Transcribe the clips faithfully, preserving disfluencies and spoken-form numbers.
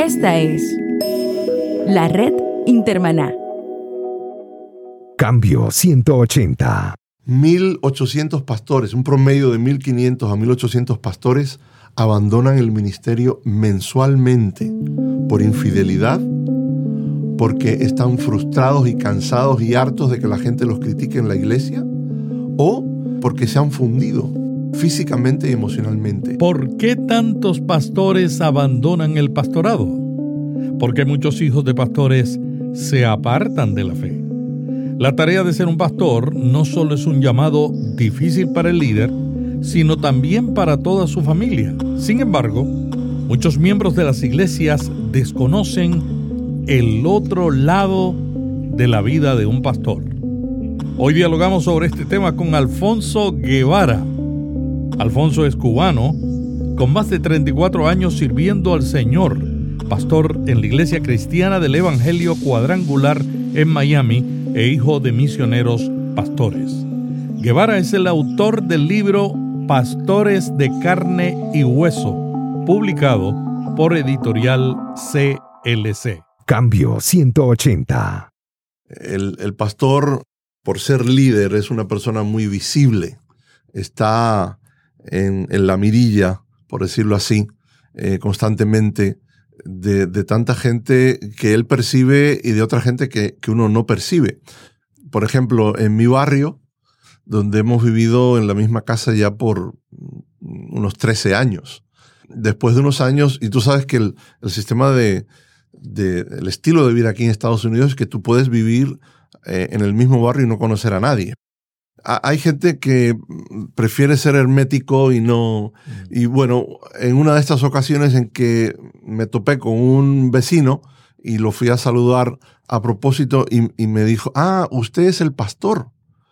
Esta es la Red Intermaná. Cambio ciento ochenta. mil ochocientos pastores, un promedio de mil quinientos a mil ochocientos pastores abandonan el ministerio mensualmente por infidelidad, porque están frustrados y cansados y hartos de que la gente los critique en la iglesia, o porque se han fundido físicamente y emocionalmente. ¿Por qué tantos pastores abandonan el pastorado? Porque muchos hijos de pastores se apartan de la fe. La tarea de ser un pastor no solo es un llamado difícil para el líder, sino también para toda su familia. Sin embargo, muchos miembros de las iglesias desconocen el otro lado de la vida de un pastor. Hoy dialogamos sobre este tema con Alfonso Guevara. Alfonso es cubano, con más de treinta y cuatro años sirviendo al Señor, pastor en la Iglesia Cristiana del Evangelio Cuadrangular en Miami e hijo de misioneros pastores. Guevara es el autor del libro Pastores de Carne y Hueso, publicado por Editorial C L C. Cambio ciento ochenta. El, el pastor, por ser líder, es una persona muy visible. Está en, en la mirilla, por decirlo así, eh, constantemente de, de tanta gente que él percibe y de otra gente que, que uno no percibe. Por ejemplo, en mi barrio, donde hemos vivido en la misma casa ya por unos trece años. Después de unos años, y tú sabes que el, el sistema de, de, el estilo de vida aquí en Estados Unidos es que tú puedes vivir eh, en el mismo barrio y no conocer a nadie. A, hay gente que prefiere ser hermético y no... Y bueno, en una de estas ocasiones en que me topé con un vecino y lo fui a saludar a propósito y, y me dijo, ah, usted es el pastor.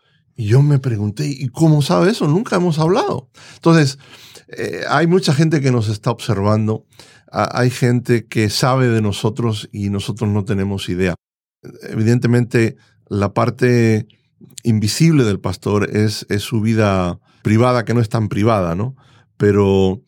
Y yo me pregunté, ¿y cómo sabe eso? Nunca hemos hablado. Entonces, eh, hay mucha gente que nos está observando. Ah, hay gente que sabe de nosotros y nosotros no tenemos idea. Evidentemente, la parte invisible del pastor es, es su vida privada, que no es tan privada, ¿no? Pero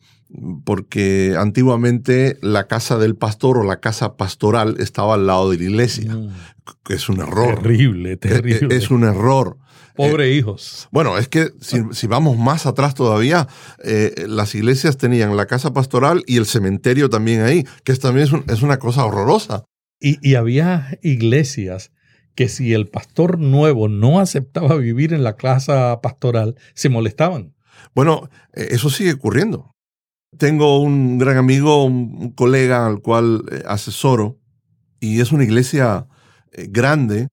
porque antiguamente la casa del pastor o la casa pastoral estaba al lado de la iglesia, mm. que es un error. Terrible, terrible. Es, es un error. Pobre eh, hijos. Bueno, es que si, si vamos más atrás todavía, eh, las iglesias tenían la casa pastoral y el cementerio también ahí, que también es, un, es una cosa horrorosa. Y, y había iglesias que si el pastor nuevo no aceptaba vivir en la casa pastoral, se molestaban. Bueno, eh, eso sigue ocurriendo. Tengo un gran amigo, un, un colega al cual eh, asesoro, y es una iglesia eh, grande.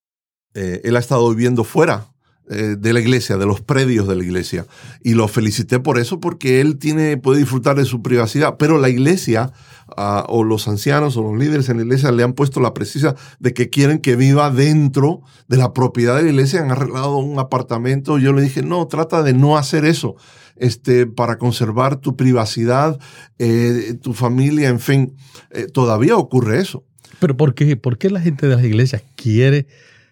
Eh, él ha estado viviendo fuera eh, de la iglesia, de los predios de la iglesia, y lo felicité por eso, porque él tiene, puede disfrutar de su privacidad, pero la iglesia uh, o los ancianos o los líderes en la iglesia le han puesto la precisa de que quieren que viva dentro de la propiedad de la iglesia. Han arreglado un apartamento. Yo le dije, no, trata de no hacer eso, este, para conservar tu privacidad, eh, tu familia, en fin. Eh, todavía ocurre eso. ¿Pero por qué? ¿Por qué la gente de las iglesias quiere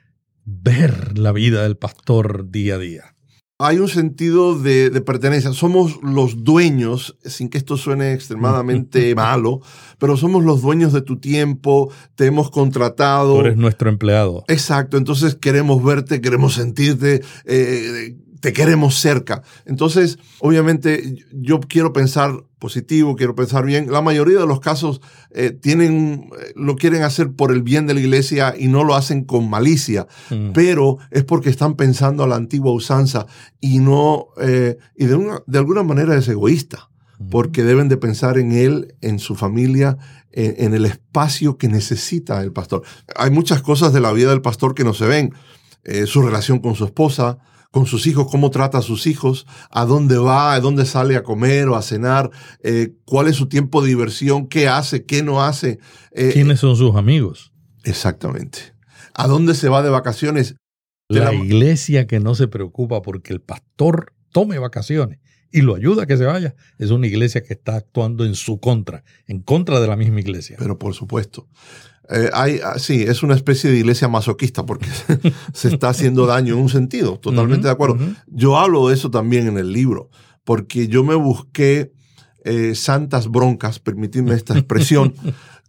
ver la vida del pastor día a día? Hay un sentido de, de pertenencia. Somos los dueños, sin que esto suene extremadamente malo, pero somos los dueños de tu tiempo, te hemos contratado. Tú eres nuestro empleado. Exacto, entonces queremos verte, queremos sentirte, eh, te queremos cerca. Entonces, obviamente, yo quiero pensar positivo, quiero pensar bien. La mayoría de los casos eh, tienen, lo quieren hacer por el bien de la iglesia y no lo hacen con malicia, mm. pero es porque están pensando a la antigua usanza y no eh, y de, una, de alguna manera es egoísta, mm. porque deben de pensar en él, en su familia, en, en el espacio que necesita el pastor. Hay muchas cosas de la vida del pastor que no se ven, eh, su relación con su esposa, con sus hijos, cómo trata a sus hijos, a dónde va, a dónde sale a comer o a cenar, eh, cuál es su tiempo de diversión, qué hace, qué no hace. Eh, ¿Quiénes son sus amigos? Exactamente. ¿A dónde se va de vacaciones? De la, la iglesia que no se preocupa porque el pastor tome vacaciones y lo ayuda a que se vaya, es una iglesia que está actuando en su contra, en contra de la misma iglesia. Pero por supuesto. Eh, hay, sí, es una especie de iglesia masoquista porque se está haciendo daño en un sentido, totalmente uh-huh, de acuerdo. Uh-huh. Yo hablo de eso también en el libro, porque yo me busqué eh, santas broncas, permitidme esta expresión,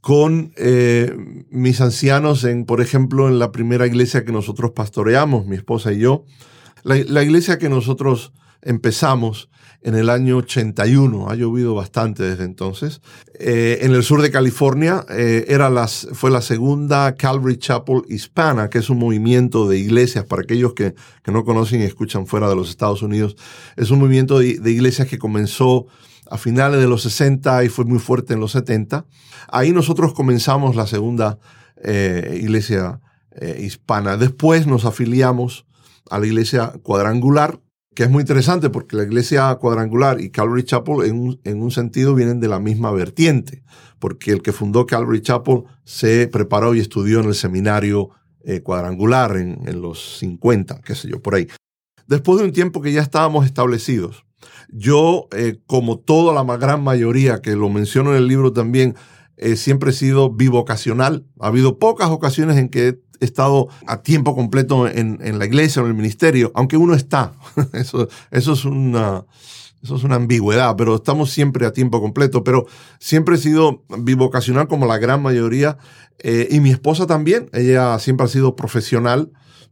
con eh, mis ancianos, en, por ejemplo, en la primera iglesia que nosotros pastoreamos, mi esposa y yo. La, la iglesia que nosotros empezamos en el año ochenta y uno, ha llovido bastante desde entonces, eh, en el sur de California, eh, era las, fue la segunda Calvary Chapel hispana, que es un movimiento de iglesias, para aquellos que, que no conocen y escuchan fuera de los Estados Unidos, es un movimiento de, de iglesias que comenzó a finales de los sesenta y fue muy fuerte en los setenta. Ahí nosotros comenzamos la segunda eh, iglesia eh, hispana. Después nos afiliamos a la iglesia cuadrangular, que es muy interesante porque la iglesia cuadrangular y Calvary Chapel en un, en un sentido vienen de la misma vertiente, porque el que fundó Calvary Chapel se preparó y estudió en el seminario eh, cuadrangular en, en los cincuenta, qué sé yo, por ahí. Después de un tiempo que ya estábamos establecidos, yo, eh, como toda la gran mayoría, que lo menciono en el libro también, eh, siempre he sido bivocacional. Ha habido pocas ocasiones en que he estado a tiempo completo en, en la iglesia o en el ministerio, aunque uno está. Eso, eso, es una, eso es una ambigüedad, pero estamos siempre a tiempo completo. Pero siempre he sido bivocacional como la gran mayoría. Eh, y mi esposa también. Ella siempre ha sido profesional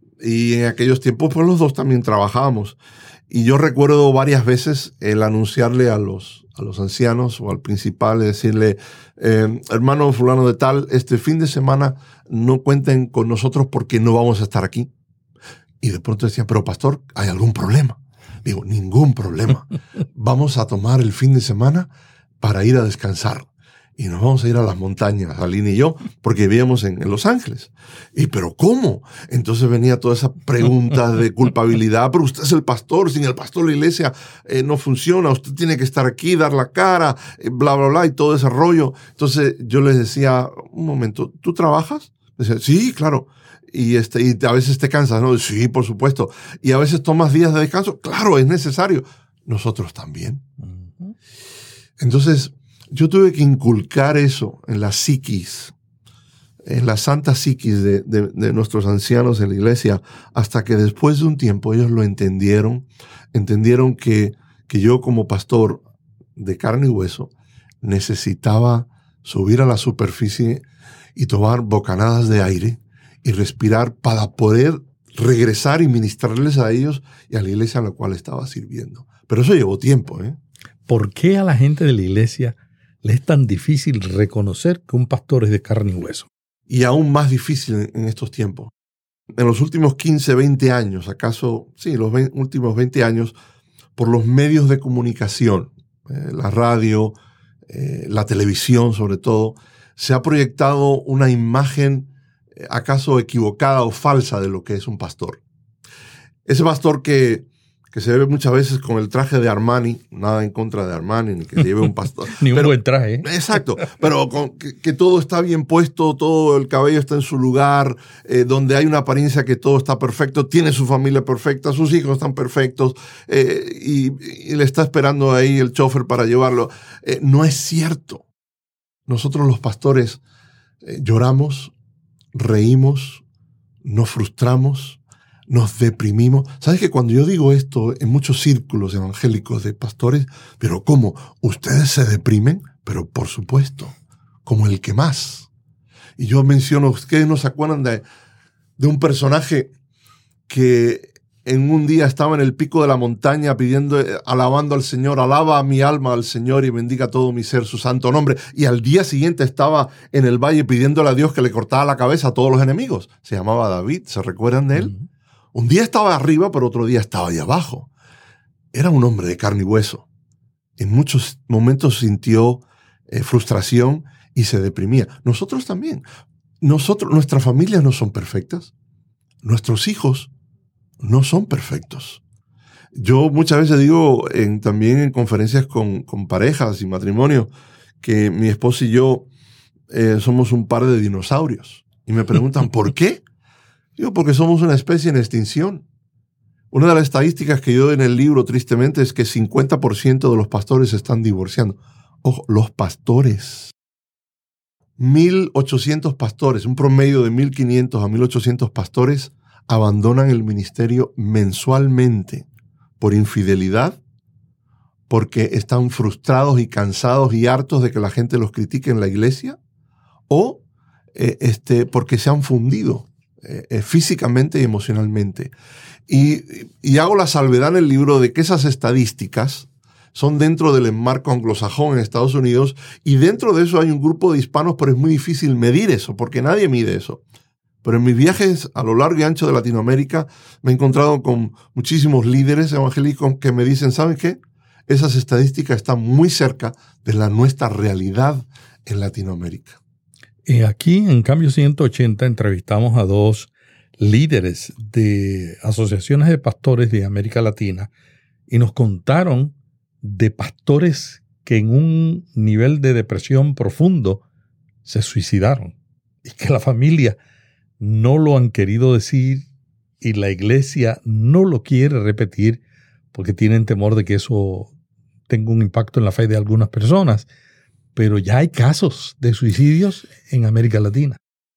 y en aquellos tiempos pues los dos también trabajábamos. Y yo recuerdo varias veces el anunciarle a los, a los ancianos o al principal, decirle, eh, hermano fulano de tal, este fin de semana no cuenten con nosotros porque no vamos a estar aquí. Y de pronto decían, pero pastor, ¿hay algún problema? Digo, ningún problema. Vamos a tomar el fin de semana para ir a descansar. Y nos vamos a ir a las montañas, Aline y yo, porque vivíamos en, en Los Ángeles. Y, ¿pero cómo? Entonces venía toda esa pregunta de culpabilidad. Pero usted es el pastor, sin el pastor la iglesia eh, no funciona. Usted tiene que estar aquí, dar la cara, eh, bla, bla, bla, y todo ese rollo. Entonces yo les decía, un momento, ¿tú trabajas? Decía, sí, claro. Y, este, y a veces te cansas, ¿no? Sí, por supuesto. Y a veces tomas días de descanso. Claro, es necesario. Nosotros también. Uh-huh. Entonces, yo tuve que inculcar eso en la psiquis, en la santa psiquis de, de, de nuestros ancianos en la iglesia, hasta que después de un tiempo ellos lo entendieron, entendieron que, que yo como pastor de carne y hueso necesitaba subir a la superficie y tomar bocanadas de aire y respirar para poder regresar y ministrarles a ellos y a la iglesia a la cual estaba sirviendo. Pero eso llevó tiempo, ¿eh? ¿Por qué a la gente de la iglesia le es tan difícil reconocer que un pastor es de carne y hueso? Y aún más difícil en estos tiempos. En los últimos quince, veinte años, acaso, sí, los veinte, últimos veinte años, por los medios de comunicación, eh, la radio, eh, la televisión sobre todo, se ha proyectado una imagen eh, acaso equivocada o falsa de lo que es un pastor. Ese pastor que que se ve muchas veces con el traje de Armani, nada en contra de Armani, ni que se lleve un pastor. Ni un pero, buen traje. ¿eh? Exacto, pero con, que, que todo está bien puesto, todo el cabello está en su lugar, eh, donde hay una apariencia que todo está perfecto, tiene su familia perfecta, sus hijos están perfectos, eh, y, y le está esperando ahí el chofer para llevarlo. Eh, no es cierto. Nosotros los pastores eh, lloramos, reímos, nos frustramos, nos deprimimos. ¿Sabes que cuando yo digo esto en muchos círculos evangélicos de pastores, pero cómo, ustedes se deprimen? Pero por supuesto, como el que más. Y yo menciono, ustedes no se acuerdan de, de un personaje que en un día estaba en el pico de la montaña pidiendo, alabando al Señor, alaba a mi alma al Señor y bendiga todo mi ser su santo nombre. Y al día siguiente estaba en el valle pidiéndole a Dios que le cortara la cabeza a todos los enemigos. Se llamaba David, ¿se recuerdan de él? Uh-huh. Un día estaba arriba, pero otro día estaba ahí abajo. Era un hombre de carne y hueso. En muchos momentos sintió eh, frustración y se deprimía. Nosotros también. Nosotros, nuestras familias no son perfectas. Nuestros hijos no son perfectos. Yo muchas veces digo, en, también en conferencias con, con parejas y matrimonios, que mi esposa y yo eh, somos un par de dinosaurios. Y me preguntan, ¿por qué? Digo, porque somos una especie en extinción. Una de las estadísticas que yo doy en el libro, tristemente, es que cincuenta por ciento de los pastores se están divorciando. Ojo, los pastores. mil ochocientos pastores, un promedio de mil quinientos a mil ochocientos pastores abandonan el ministerio mensualmente por infidelidad, porque están frustrados y cansados y hartos de que la gente los critique en la iglesia, o eh, este, porque se han fundido eh, eh, físicamente y emocionalmente. Y, y hago la salvedad en el libro de que esas estadísticas son dentro del enmarco anglosajón en Estados Unidos, y dentro de eso hay un grupo de hispanos, pero es muy difícil medir eso, porque nadie mide eso. Pero en mis viajes a lo largo y ancho de Latinoamérica me he encontrado con muchísimos líderes evangélicos que me dicen, ¿saben qué? Esas estadísticas están muy cerca de la nuestra realidad en Latinoamérica. Y aquí en Cambio ciento ochenta entrevistamos a dos líderes de asociaciones de pastores de América Latina y nos contaron de pastores que en un nivel de depresión profundo se suicidaron y que la familia no lo han querido decir y la iglesia no lo quiere repetir porque tienen temor de que eso tenga un impacto en la fe de algunas personas. Pero ya hay casos de suicidios en América Latina.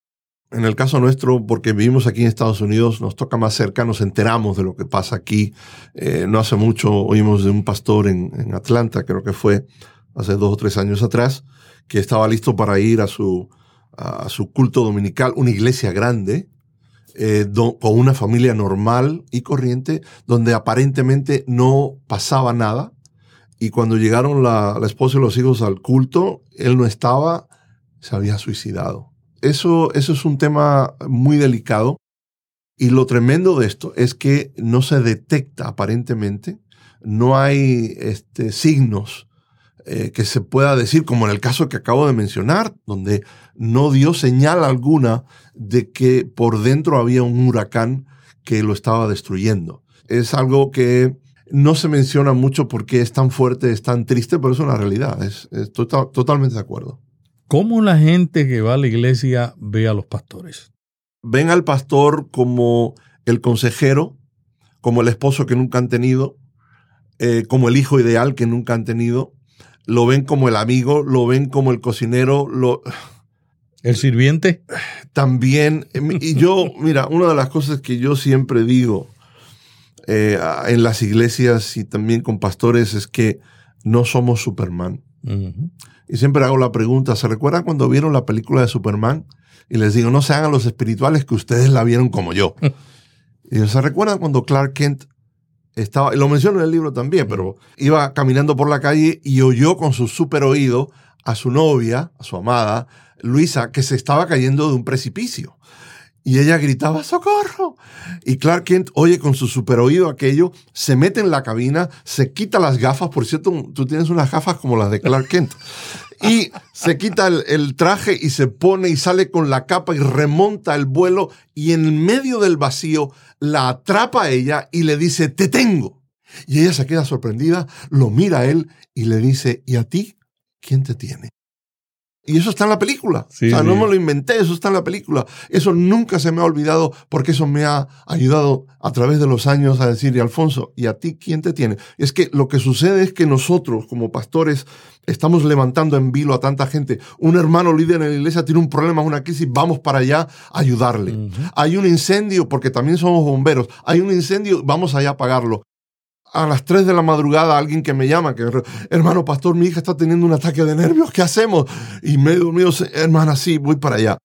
En el caso nuestro, porque vivimos aquí en Estados Unidos, nos toca más cerca, nos enteramos de lo que pasa aquí. Eh, no hace mucho oímos de un pastor en, en Atlanta, creo que fue hace dos o tres años atrás, que estaba listo para ir a su, a su culto dominical, una iglesia grande, eh, do, con una familia normal y corriente, donde aparentemente no pasaba nada. Y cuando llegaron la, la esposa y los hijos al culto, él no estaba, se había suicidado. Eso, eso es un tema muy delicado. Y lo tremendo de esto es que no se detecta aparentemente, no hay este, signos eh, que se pueda decir, como en el caso que acabo de mencionar, donde no dio señal alguna de que por dentro había un huracán que lo estaba destruyendo. Es algo que no se menciona mucho porque es tan fuerte, es tan triste, pero es una realidad. Es, es total, totalmente de acuerdo. ¿Cómo la gente que va a la iglesia ve a los pastores? Ven al pastor como el consejero, como el esposo que nunca han tenido, eh, como el hijo ideal que nunca han tenido. Lo ven como el amigo, lo ven como el cocinero. Lo... ¿El sirviente? También. Y yo, mira, una de las cosas que yo siempre digo eh, en las iglesias y también con pastores es que no somos Superman. Uh-huh. Y siempre hago la pregunta, ¿se recuerdan cuando vieron la película de Superman? Y les digo, no se hagan los espirituales que ustedes la vieron como yo. Y ¿se recuerdan cuando Clark Kent estaba, y lo menciono en el libro también, pero iba caminando por la calle y oyó con su super oído a su novia, a su amada, Luisa, que se estaba cayendo de un precipicio? Y ella gritaba, ¡socorro! Y Clark Kent oye con su super oído aquello, se mete en la cabina, se quita las gafas. Por cierto, tú tienes unas gafas como las de Clark Kent. Y se quita el, el traje y se pone y sale con la capa y remonta el vuelo. Y en medio del vacío la atrapa a ella y le dice, ¡te tengo! Y ella se queda sorprendida, lo mira a él y le dice, ¿y a ti? ¿Quién te tiene? Y eso está en la película. Sí, o sea, sí. No me lo inventé, eso está en la película. Eso nunca se me ha olvidado porque eso me ha ayudado a través de los años a decir, y Alfonso, ¿y a ti quién te tiene? Es que lo que sucede es que nosotros como pastores estamos levantando en vilo a tanta gente. Un hermano líder en la iglesia tiene un problema, una crisis, vamos para allá a ayudarle. Uh-huh. Hay un incendio, porque también somos bomberos. Hay un incendio, vamos allá a apagarlo. A las tres de la madrugada alguien que me llama, que hermano pastor, mi hija está teniendo un ataque de nervios, ¿qué hacemos? Y medio dormido, hermana, sí, voy para allá.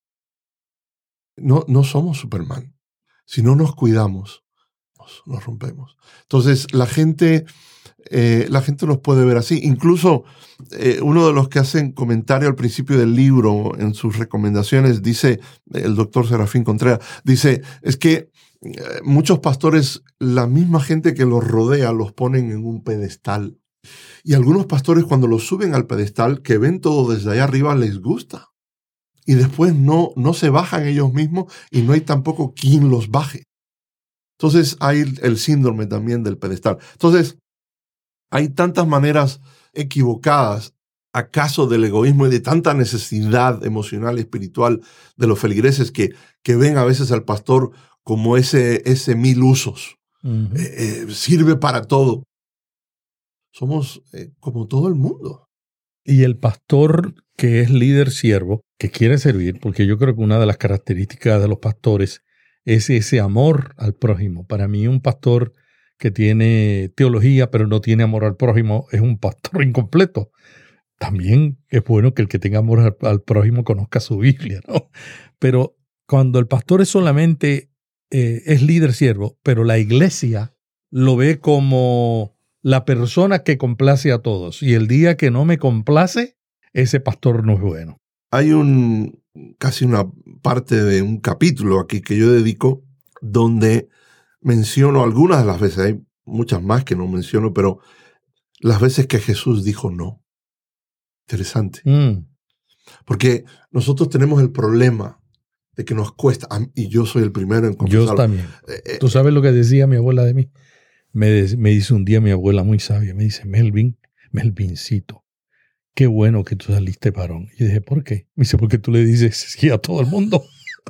No, no somos Superman. Si no nos cuidamos, nos, nos rompemos. Entonces, la gente, eh, la gente nos puede ver así. Incluso eh, uno de los que hacen comentario al principio del libro, en sus recomendaciones, dice, el doctor Serafín Contreras, dice, es que muchos pastores, la misma gente que los rodea, los ponen en un pedestal. Y algunos pastores, cuando los suben al pedestal, que ven todo desde allá arriba, les gusta. Y después no, no se bajan ellos mismos y no hay tampoco quien los baje. Entonces hay el síndrome también del pedestal. Entonces, hay tantas maneras equivocadas, acaso del egoísmo y de tanta necesidad emocional y espiritual de los feligreses que, que ven a veces al pastor como ese, ese mil usos. Uh-huh. eh, eh, sirve para todo. Somos eh, como todo el mundo. Y el pastor que es líder siervo, que quiere servir, porque yo creo que una de las características de los pastores es ese amor al prójimo. Para mí un pastor que tiene teología pero no tiene amor al prójimo es un pastor incompleto. también es bueno que el que tenga amor al, al prójimo conozca su Biblia, ¿no? Pero cuando el pastor es solamente, eh, es líder siervo, pero la iglesia lo ve como la persona que complace a todos. Y el día que no me complace, ese pastor no es bueno. Hay un casi una parte de un capítulo aquí que yo dedico donde menciono algunas de las veces, hay muchas más que no menciono, pero las veces que Jesús dijo no. Interesante. Mm. Porque nosotros tenemos el problema de que nos cuesta, y yo soy el primero en confesarlo. Yo también. Eh, ¿Tú sabes lo que decía mi abuela de mí? Me, de, me dice un día mi abuela muy sabia, me dice, Melvin, Melvincito, qué bueno que tú saliste varón. Y yo dije, ¿por qué? Me dice, porque tú le dices sí a todo el mundo.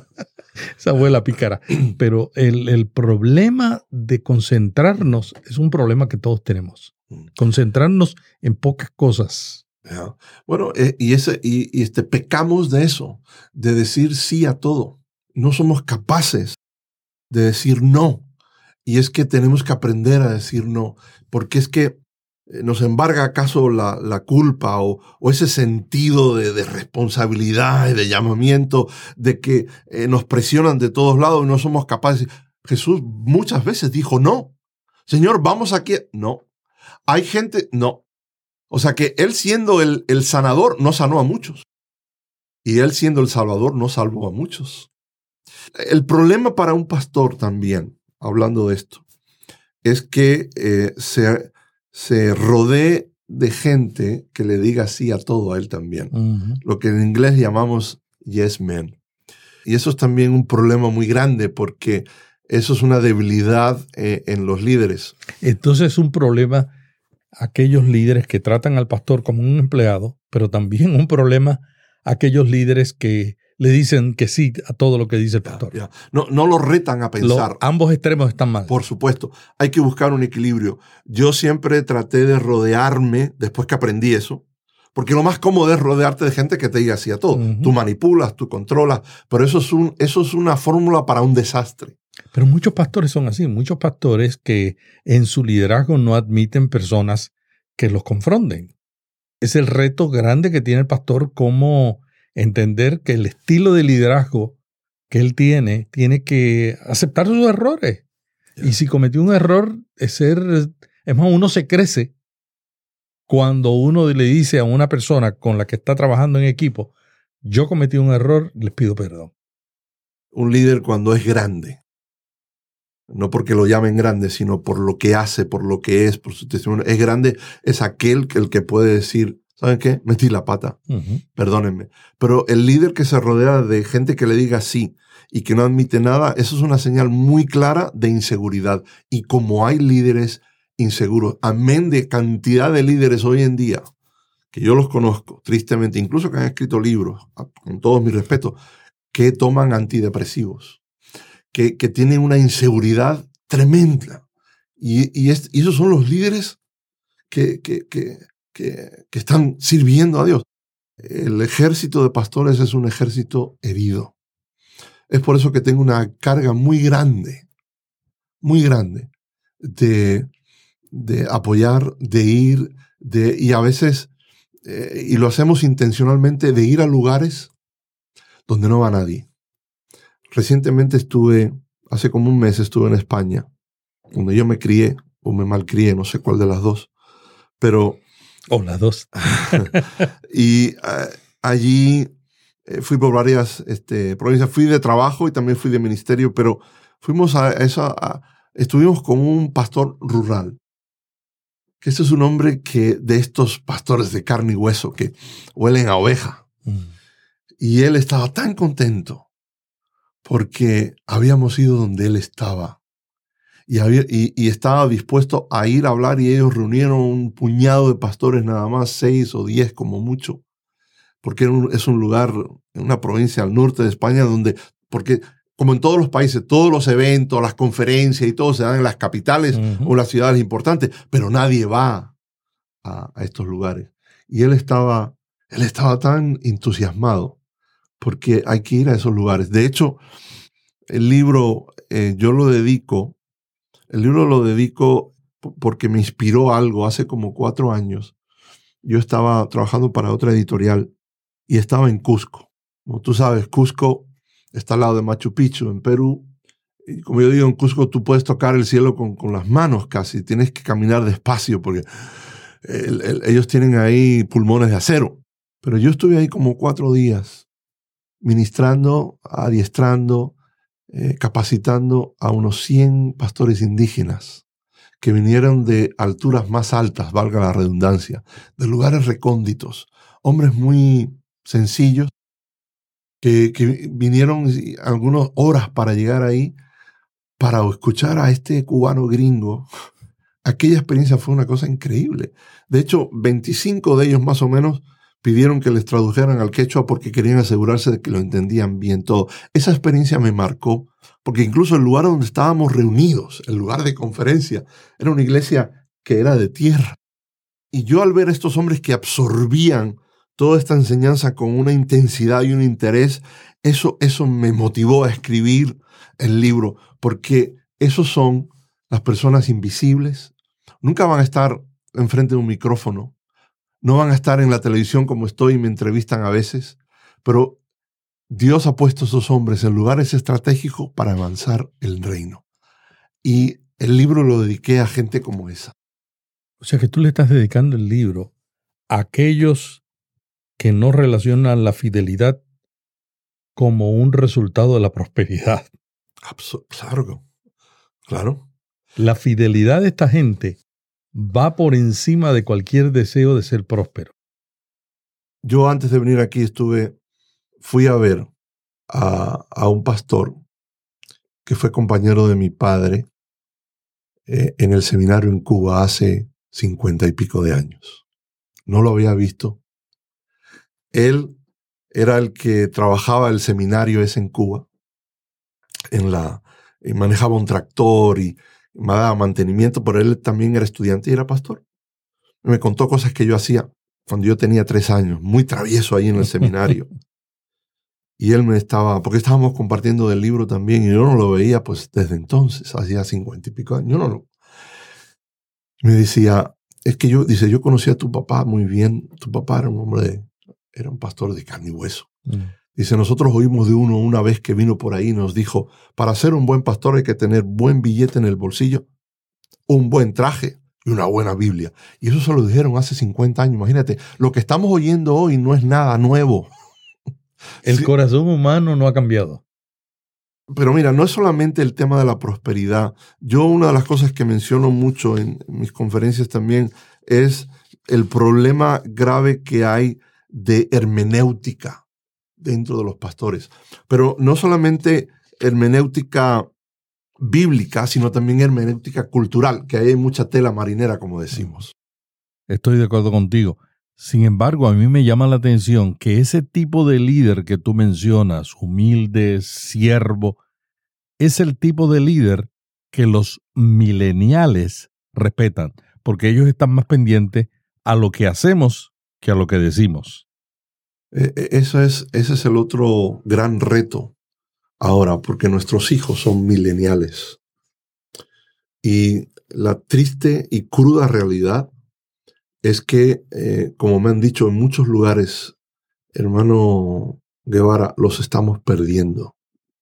Esa abuela pícara. Pero el, el problema de concentrarnos es un problema que todos tenemos. Concentrarnos en pocas cosas. Yeah. Bueno, eh, y, ese, y, y este, pecamos de eso, de decir sí a todo. No somos capaces de decir no. Y es que tenemos que aprender a decir no, porque es que nos embarga acaso la, la culpa o, o ese sentido de, de responsabilidad y de llamamiento, de que eh, nos presionan de todos lados y no somos capaces. Jesús muchas veces dijo no. Señor, vamos aquí. No. Hay gente, no. O sea que él siendo el, el sanador no sanó a muchos. Y él siendo el salvador no salvó a muchos. El problema para un pastor también, hablando de esto, es que eh, se, se rodee de gente que le diga sí a todo a él también. Uh-huh. Lo que en inglés llamamos yes men. Y eso es también un problema muy grande porque eso es una debilidad eh, en los líderes. Entonces es un problema aquellos líderes que tratan al pastor como un empleado, pero también un problema aquellos líderes que le dicen que sí a todo lo que dice el pastor. Ya, ya. No, no lo retan a pensar. Lo, ambos extremos están mal. Por supuesto. Hay que buscar un equilibrio. Yo siempre traté de rodearme, después que aprendí eso, porque lo más cómodo es rodearte de gente que te diga sí a todo. Uh-huh. Tú manipulas, tú controlas, pero eso es, un, eso es una fórmula para un desastre. Pero muchos pastores son así. Muchos pastores que en su liderazgo no admiten personas que los confronten. Es el reto grande que tiene el pastor, como entender que el estilo de liderazgo que él tiene, tiene que aceptar sus errores. Yeah. Y si cometió un error, es ser, es más, uno se crece cuando uno le dice a una persona con la que está trabajando en equipo, yo cometí un error, les pido perdón. Un líder cuando es grande, no porque lo llamen grande, sino por lo que hace, por lo que es, por su testimonio, es grande, es aquel que el que puede decir, ¿saben qué? Metí la pata. Uh-huh. Perdónenme. Pero el líder que se rodea de gente que le diga sí y que no admite nada, eso es una señal muy clara de inseguridad. Y como hay líderes inseguros, amén de cantidad de líderes hoy en día, que yo los conozco, tristemente, incluso que han escrito libros, con todos mis respetos, que toman antidepresivos, que, que tienen una inseguridad tremenda. Y, y, es, y esos son los líderes que... que, que Que, que están sirviendo a Dios. El ejército de pastores es un ejército herido. Es por eso que tengo una carga muy grande, muy grande, de, de apoyar, de ir, de, y a veces, eh, y lo hacemos intencionalmente, de ir a lugares donde no va nadie. Recientemente estuve, hace como un mes estuve en España, donde yo me crié, o me malcrié, no sé cuál de las dos, pero... O oh, las dos. Y uh, allí eh, fui por varias este, provincias. Fui de trabajo y también fui de ministerio, pero fuimos a esa... A, estuvimos con un pastor rural. Que este es un hombre que de estos pastores de carne y hueso que huelen a oveja. Mm. Y él estaba tan contento porque habíamos ido donde él estaba. Y, había, y, y estaba dispuesto a ir a hablar y ellos reunieron un puñado de pastores nada más, seis o diez como mucho, porque es un lugar, una provincia al norte de España donde, porque como en todos los países, todos los eventos, las conferencias y todo se dan en las capitales uh-huh. o en las ciudades importantes, pero nadie va a, a estos lugares. Y él estaba, él estaba tan entusiasmado porque hay que ir a esos lugares. De hecho, el libro eh, yo lo dedico El libro lo dedico porque me inspiró algo hace como cuatro años. yo estaba trabajando para otra editorial y estaba en Cusco. Como tú sabes, Cusco está al lado de Machu Picchu, en Perú. Y como yo digo, en Cusco tú puedes tocar el cielo con, con las manos casi. Tienes que caminar despacio porque el, el, ellos tienen ahí pulmones de acero. Pero yo estuve ahí como cuatro días ministrando, adiestrando, eh, capacitando a unos cien pastores indígenas que vinieron de alturas más altas, valga la redundancia, de lugares recónditos, hombres muy sencillos que, que vinieron algunas horas para llegar ahí para escuchar a este cubano gringo. Aquella experiencia fue una cosa increíble. De hecho, veinticinco de ellos más o menos pidieron que les tradujeran al quechua porque querían asegurarse de que lo entendían bien todo. Esa experiencia me marcó, porque incluso el lugar donde estábamos reunidos, el lugar de conferencia, era una iglesia que era de tierra. Y yo al ver a estos hombres que absorbían toda esta enseñanza con una intensidad y un interés, eso, eso me motivó a escribir el libro, porque esos son las personas invisibles. Nunca van a estar enfrente de un micrófono, no van a estar en la televisión como estoy y me entrevistan a veces, pero Dios ha puesto a esos hombres en lugares estratégicos para avanzar el reino. Y el libro lo dediqué a gente como esa. O sea que tú le estás dedicando el libro a aquellos que no relacionan la fidelidad como un resultado de la prosperidad. Absur- claro, claro. La fidelidad de esta gente va por encima de cualquier deseo de ser próspero. Yo antes de venir aquí estuve, fui a ver a, a un pastor que fue compañero de mi padre eh, en el seminario en Cuba hace cincuenta y pico de años. No lo había visto. Él era el que trabajaba el seminario ese en Cuba, en la, y manejaba un tractor y me daba mantenimiento, pero él también era estudiante y era pastor. Me contó cosas que yo hacía cuando yo tenía tres años, muy travieso ahí en el seminario. Y él me estaba, porque estábamos compartiendo del libro también, y yo no lo veía pues desde entonces, hacía cincuenta y pico años. Yo no lo... Me decía, es que yo, dice, yo conocí a tu papá muy bien. Tu papá era un hombre, de, era un pastor de carne y hueso. Mm. Dice, nosotros oímos de uno una vez que vino por ahí y nos dijo, para ser un buen pastor hay que tener buen billete en el bolsillo, un buen traje y una buena Biblia. Y eso se lo dijeron hace cincuenta años. Imagínate, lo que estamos oyendo hoy no es nada nuevo. El sí. corazón humano no ha cambiado. Pero mira, no es solamente el tema de la prosperidad. Yo una de las cosas que menciono mucho en mis conferencias también es el problema grave que hay de hermenéutica dentro de los pastores. Pero no solamente hermenéutica bíblica, sino también hermenéutica cultural, que ahí hay mucha tela marinera, como decimos. Estoy de acuerdo contigo. Sin embargo, a mí me llama la atención que ese tipo de líder que tú mencionas, humilde, siervo, es el tipo de líder que los mileniales respetan, porque ellos están más pendientes a lo que hacemos que a lo que decimos. Eso es, ese es el otro gran reto ahora, porque nuestros hijos son mileniales. Y la triste y cruda realidad es que, eh, como me han dicho en muchos lugares, hermano Guevara, los estamos perdiendo.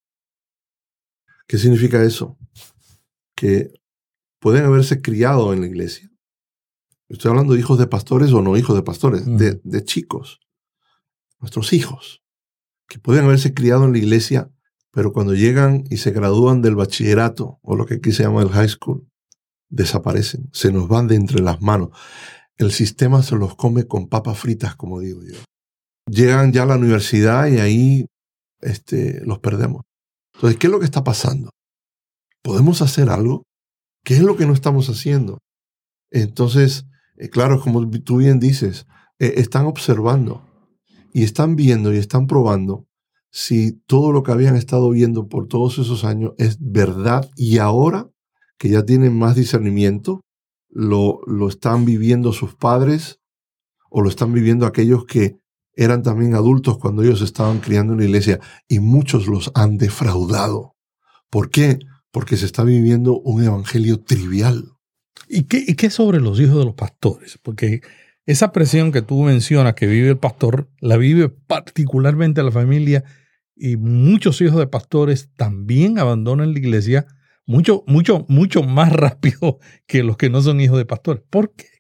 ¿Qué significa eso? Que pueden haberse criado en la iglesia. Estoy hablando de hijos de pastores o no hijos de pastores, mm. de, de chicos. Nuestros hijos, que pueden haberse criado en la iglesia, pero cuando llegan y se gradúan del bachillerato, o lo que aquí se llama el high school, desaparecen, se nos van de entre las manos. El sistema se los come con papas fritas, como digo yo. Llegan ya a la universidad y ahí este, los perdemos. Entonces, ¿qué es lo que está pasando? ¿Podemos hacer algo? ¿Qué es lo que no estamos haciendo? Entonces, eh, claro, como tú bien dices, eh, están observando. Y están viendo y están probando si todo lo que habían estado viendo por todos esos años es verdad. Y ahora que ya tienen más discernimiento, lo, lo están viviendo sus padres o lo están viviendo aquellos que eran también adultos cuando ellos estaban criando en la iglesia. Y muchos los han defraudado. ¿Por qué? Porque se está viviendo un evangelio trivial. ¿Y qué, y qué sobre los hijos de los pastores? Porque Esa presión que tú mencionas que vive el pastor, la vive particularmente la familia, y muchos hijos de pastores también abandonan la iglesia mucho, mucho, mucho más rápido que los que no son hijos de pastores. ¿Por qué?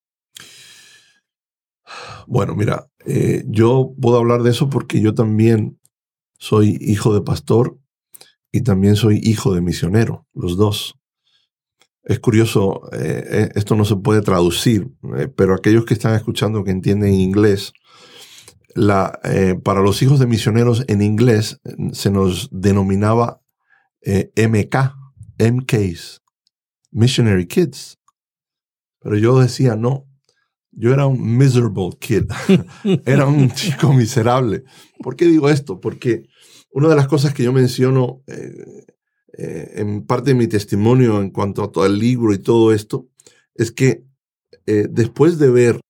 Bueno, mira, eh, yo puedo hablar de eso porque yo también soy hijo de pastor y también soy hijo de misionero, los dos. Es curioso, eh, esto no se puede traducir, eh, pero aquellos que están escuchando que entienden inglés, la, eh, para los hijos de misioneros en inglés se nos denominaba eh, M K, M Ks, Missionary Kids. Pero yo decía, no, yo era un miserable kid, era un chico miserable. ¿Por qué digo esto? Porque una de las cosas que yo menciono eh, eh, en parte de mi testimonio en cuanto a todo el libro y todo esto, es que eh, después de ver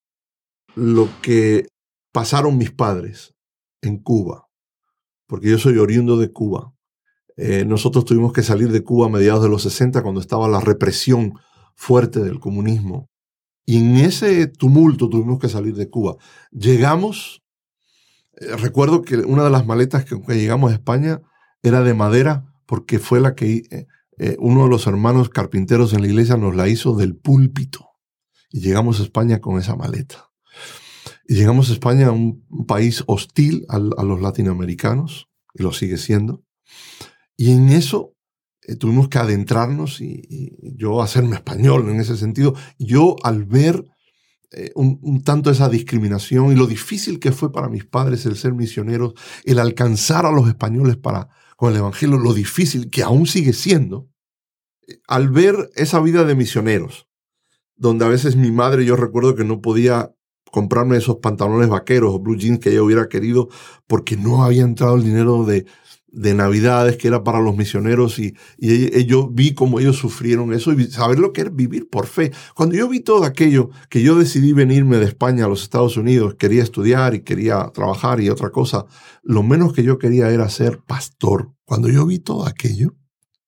lo que pasaron mis padres en Cuba, porque yo soy oriundo de Cuba, eh, nosotros tuvimos que salir de Cuba a mediados de los sesenta cuando estaba la represión fuerte del comunismo. Y en ese tumulto tuvimos que salir de Cuba. Llegamos, eh, recuerdo que una de las maletas que, que llegamos a España era de madera porque fue la que eh, eh, uno de los hermanos carpinteros en la iglesia nos la hizo del púlpito. Y llegamos a España con esa maleta. Y llegamos a España, a un, un país hostil a, a los latinoamericanos, y lo sigue siendo. Y en eso eh, tuvimos que adentrarnos y, y yo hacerme español en ese sentido. Yo al ver eh, un, un tanto esa discriminación y lo difícil que fue para mis padres el ser misioneros, el alcanzar a los españoles para, con el evangelio, lo difícil que aún sigue siendo, eh, al ver esa vida de misioneros, donde a veces mi madre, yo recuerdo que no podía comprarme esos pantalones vaqueros o blue jeans que ella hubiera querido porque no había entrado el dinero de, de Navidades que era para los misioneros y, y yo vi cómo ellos sufrieron eso y saber lo que era vivir por fe. Cuando yo vi todo aquello, que yo decidí venirme de España a los Estados Unidos, quería estudiar y quería trabajar y otra cosa, lo menos que yo quería era ser pastor. Cuando yo vi todo aquello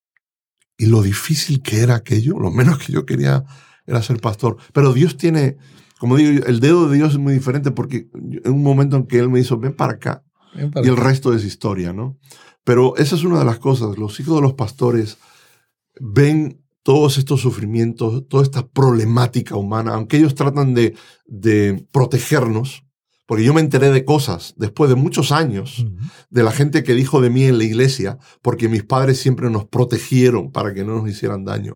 y lo difícil que era aquello, lo menos que yo quería era ser pastor. Pero Dios tiene, como digo, el dedo de Dios es muy diferente porque en un momento en que Él me hizo, ven para acá, ven para y el acá. Resto es historia, ¿no? Pero esa es una de las cosas. Los hijos de los pastores ven todos estos sufrimientos, toda esta problemática humana, aunque ellos tratan de, de protegernos, porque yo me enteré de cosas después de muchos años uh-huh. de la gente que dijo de mí en la iglesia, porque mis padres siempre nos protegieron para que no nos hicieran daño.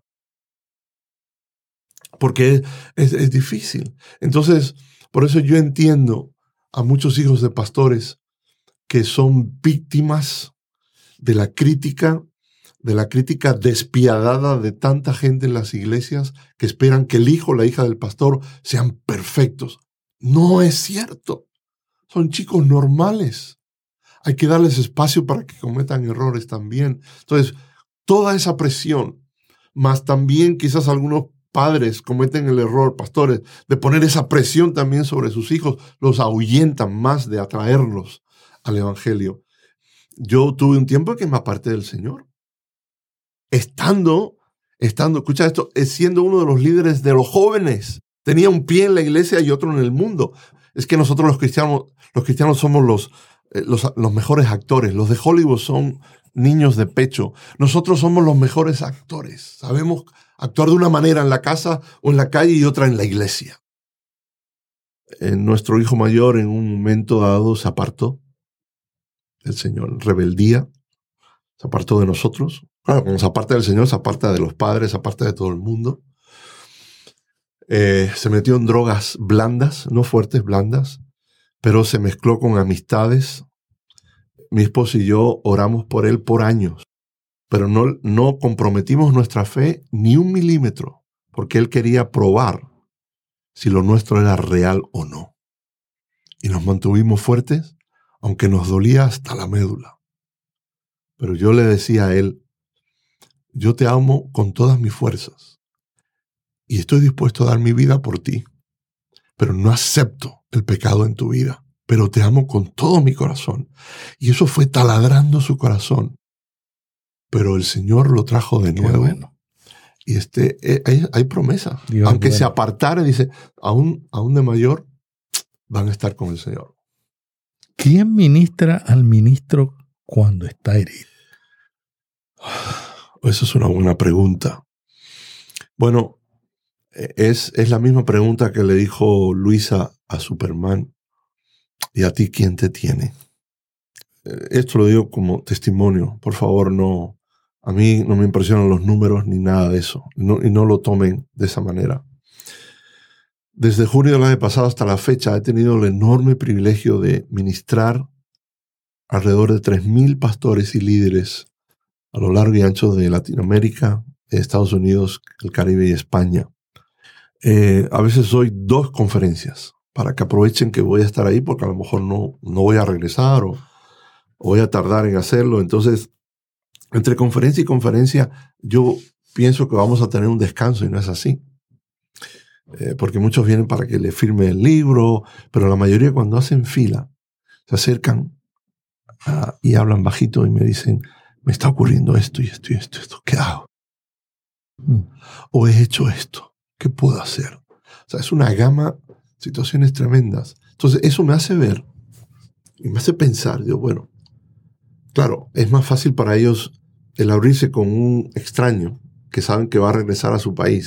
Porque es, es, es difícil. Entonces, por eso yo entiendo a muchos hijos de pastores que son víctimas de la crítica, de la crítica despiadada de tanta gente en las iglesias que esperan que el hijo o la hija del pastor sean perfectos. No es cierto. Son chicos normales. Hay que darles espacio para que cometan errores también. Entonces, toda esa presión, más también quizás algunos padres cometen el error, pastores, de poner esa presión también sobre sus hijos, los ahuyentan más de atraerlos al evangelio. Yo tuve un tiempo en que me aparté del Señor. Estando, estando, escucha esto, siendo uno de los líderes de los jóvenes. Tenía un pie en la iglesia y otro en el mundo. Es que nosotros los cristianos, los cristianos somos los, eh, los, los mejores actores. Los de Hollywood son niños de pecho. Nosotros somos los mejores actores. Sabemos actuar de una manera en la casa o en la calle y otra en la iglesia. Eh, nuestro hijo mayor en un momento dado se apartó del Señor. Rebeldía. Se apartó de nosotros. Claro, cuando se aparta del Señor, se aparta de los padres, se aparta de todo el mundo. Eh, se metió en drogas blandas, no fuertes, blandas, pero se mezcló con amistades. Mi esposo y yo oramos por él por años, pero no, no comprometimos nuestra fe ni un milímetro, porque él quería probar si lo nuestro era real o no. Y nos mantuvimos fuertes, aunque nos dolía hasta la médula. Pero yo le decía a él, yo te amo con todas mis fuerzas y estoy dispuesto a dar mi vida por ti, pero no acepto el pecado en tu vida, pero te amo con todo mi corazón. Y eso fue taladrando su corazón. Pero el Señor lo trajo de nuevo. Bueno. Y este, eh, hay, hay promesa. Dios, Aunque bueno. se apartaren, dice, aún, aún de mayor, van a estar con el Señor. ¿Quién ministra al ministro cuando está herido? Esa es una buena pregunta. Bueno, es, es la misma pregunta que le dijo Luisa a Superman. ¿Y a ti quién te tiene? Esto lo digo como testimonio. Por favor, no. A mí no me impresionan los números ni nada de eso. No, y no lo tomen de esa manera. Desde junio del año pasado hasta la fecha he tenido el enorme privilegio de ministrar alrededor de tres mil pastores y líderes a lo largo y ancho de Latinoamérica, Estados Unidos, el Caribe y España. Eh, a veces doy dos conferencias para que aprovechen que voy a estar ahí porque a lo mejor no, no voy a regresar o, o voy a tardar en hacerlo. Entonces, entre conferencia y conferencia, yo pienso que vamos a tener un descanso y no es así. Eh, porque muchos vienen para que le firme el libro, pero la mayoría cuando hacen fila se acercan uh, y hablan bajito y me dicen, me está ocurriendo esto y esto y esto, esto. ¿Qué hago? Mm. O he hecho esto. ¿Qué puedo hacer? O sea, es una gama de situaciones tremendas. Entonces, eso me hace ver y me hace pensar. Digo, bueno, claro, es más fácil para ellos el abrirse con un extraño que saben que va a regresar a su país.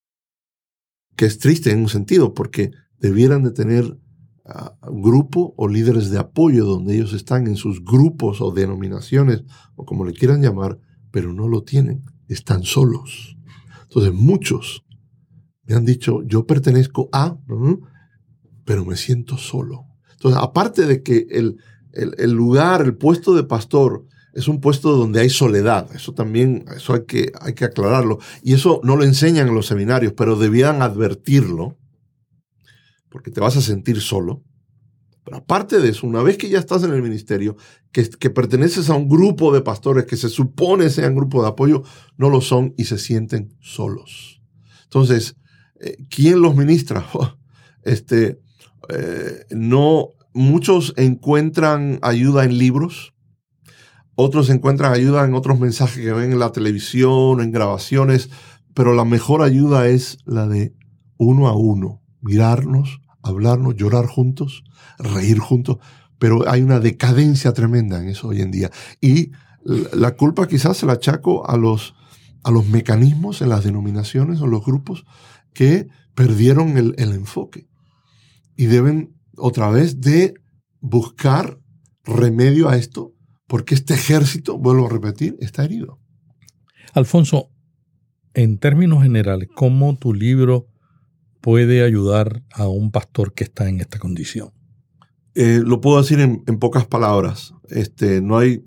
Que es triste en un sentido, porque debieran de tener uh, un grupo o líderes de apoyo donde ellos están en sus grupos o denominaciones, o como le quieran llamar, pero no lo tienen, están solos. Entonces muchos me han dicho, yo pertenezco a, uh, pero me siento solo. Entonces, aparte de que el, el, el lugar, el puesto de pastor es un puesto donde hay soledad. Eso también, eso hay que, hay que aclararlo. Y eso no lo enseñan en los seminarios, pero debían advertirlo, porque te vas a sentir solo. Pero aparte de eso, una vez que ya estás en el ministerio, que, que perteneces a un grupo de pastores que se supone sean grupo de apoyo, no lo son y se sienten solos. Entonces, eh, ¿quién los ministra? Este, eh, no, muchos encuentran ayuda en libros. Otros encuentran ayuda en otros mensajes que ven en la televisión, en grabaciones, pero la mejor ayuda es la de uno a uno, mirarnos, hablarnos, llorar juntos, reír juntos, pero hay una decadencia tremenda en eso hoy en día. Y la culpa quizás se la achaco a los, a los mecanismos en las denominaciones o los grupos que perdieron el, el enfoque y deben otra vez de buscar remedio a esto. Porque este ejército, vuelvo a repetir, está herido. Alfonso, en términos generales, ¿cómo tu libro puede ayudar a un pastor que está en esta condición? Eh, lo puedo decir en, en pocas palabras. Este, no hay...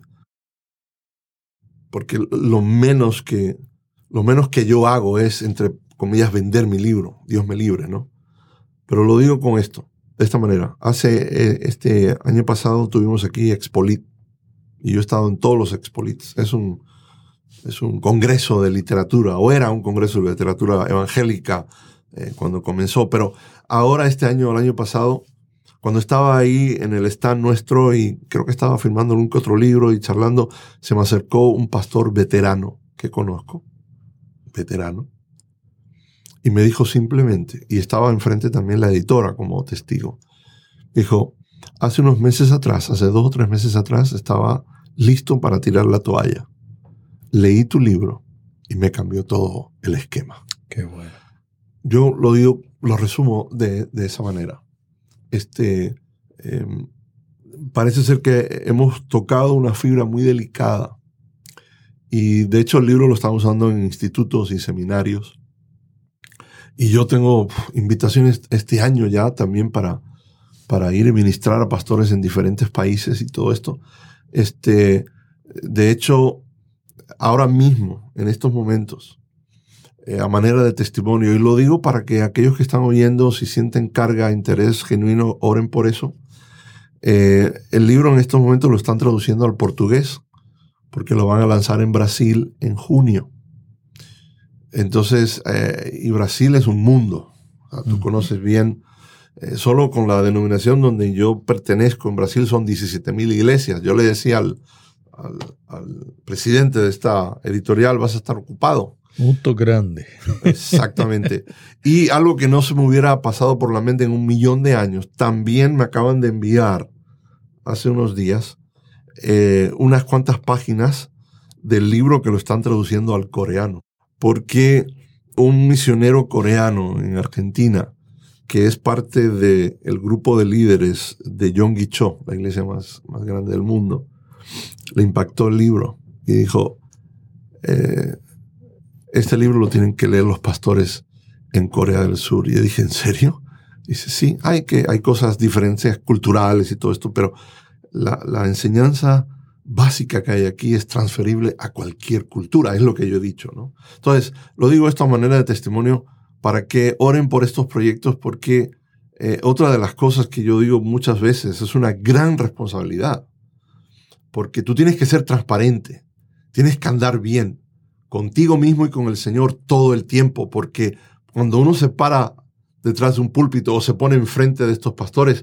Porque lo menos que, lo menos que yo hago es, entre comillas, vender mi libro. Dios me libre, ¿no? Pero lo digo con esto, de esta manera. Hace eh, este año pasado tuvimos aquí Expolit. Y yo he estado en todos los Expolits. Es un, es un congreso de literatura, o era un congreso de literatura evangélica eh, cuando comenzó. Pero ahora este año, el año pasado, cuando estaba ahí en el stand nuestro y creo que estaba firmando un que otro libro y charlando, se me acercó un pastor veterano que conozco, veterano, y me dijo simplemente, y estaba enfrente también la editora como testigo, dijo, hace unos meses atrás, hace dos o tres meses atrás, estaba listo para tirar la toalla. Leí tu libro y me cambió todo el esquema. Qué bueno. Yo lo digo, lo resumo de, de esa manera. Este, eh, parece ser que hemos tocado una fibra muy delicada y de hecho el libro lo estamos usando en institutos y seminarios. Y yo tengo uf, invitaciones este año ya también para para ir a ministrar a pastores en diferentes países y todo esto. Este, de hecho, ahora mismo, en estos momentos, eh, a manera de testimonio, y lo digo para que aquellos que están oyendo, si sienten carga, interés genuino, oren por eso. Eh, el libro en estos momentos lo están traduciendo al portugués, porque lo van a lanzar en Brasil en junio. Entonces, eh, y Brasil es un mundo. O sea, tú uh-huh. conoces bien. Eh, solo con la denominación donde yo pertenezco en Brasil son diecisiete mil iglesias. Yo le decía al, al, al presidente de esta editorial, vas a estar ocupado. Mucho grande. Exactamente. Y algo que no se me hubiera pasado por la mente en un millón de años, también me acaban de enviar hace unos días eh, unas cuantas páginas del libro que lo están traduciendo al coreano. Porque un misionero coreano en Argentina, que es parte del grupo de líderes de Yonggi-cho, la iglesia más, más grande del mundo, le impactó el libro y dijo, eh, este libro lo tienen que leer los pastores en Corea del Sur. Y yo dije, ¿en serio? Dice, sí, hay, que, hay cosas, diferencias culturales y todo esto, pero la, la enseñanza básica que hay aquí es transferible a cualquier cultura, es lo que yo he dicho, ¿no? Entonces, lo digo esto a manera de testimonio para que oren por estos proyectos, porque eh, otra de las cosas que yo digo muchas veces es una gran responsabilidad, porque tú tienes que ser transparente, tienes que andar bien contigo mismo y con el Señor todo el tiempo, porque cuando uno se para detrás de un púlpito o se pone enfrente de estos pastores,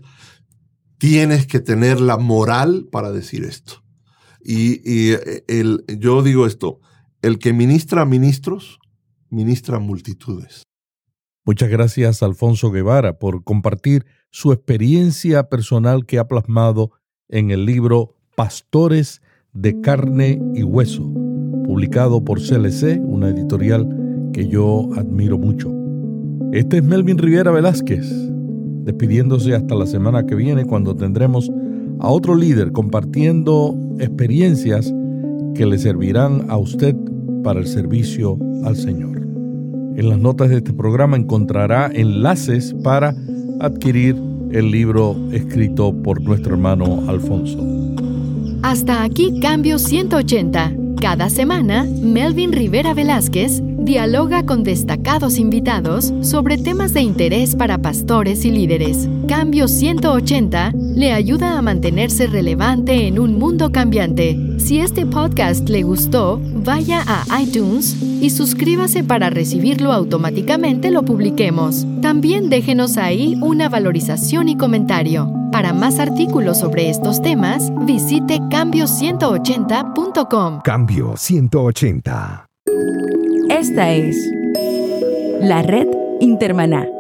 tienes que tener la moral para decir esto. Y, y el, yo digo esto, el que ministra a ministros, ministra a multitudes. Muchas gracias, Alfonso Guevara, por compartir su experiencia personal que ha plasmado en el libro Pastores de Carne y Hueso, publicado por C L C, una editorial que yo admiro mucho. Este es Melvin Rivera Velázquez, despidiéndose hasta la semana que viene, cuando tendremos a otro líder compartiendo experiencias que le servirán a usted para el servicio al Señor. En las notas de este programa encontrará enlaces para adquirir el libro escrito por nuestro hermano Alfonso. Hasta aquí Cambio ciento ochenta. Cada semana, Melvin Rivera Velázquez dialoga con destacados invitados sobre temas de interés para pastores y líderes. Cambio ciento ochenta le ayuda a mantenerse relevante en un mundo cambiante. Si este podcast le gustó, vaya a iTunes y suscríbase para recibirlo automáticamente lo publiquemos. También déjenos ahí una valorización y comentario. Para más artículos sobre estos temas, visite cambio ciento ochenta punto com. Cambio ciento ochenta. Esta es la Red Intermaná.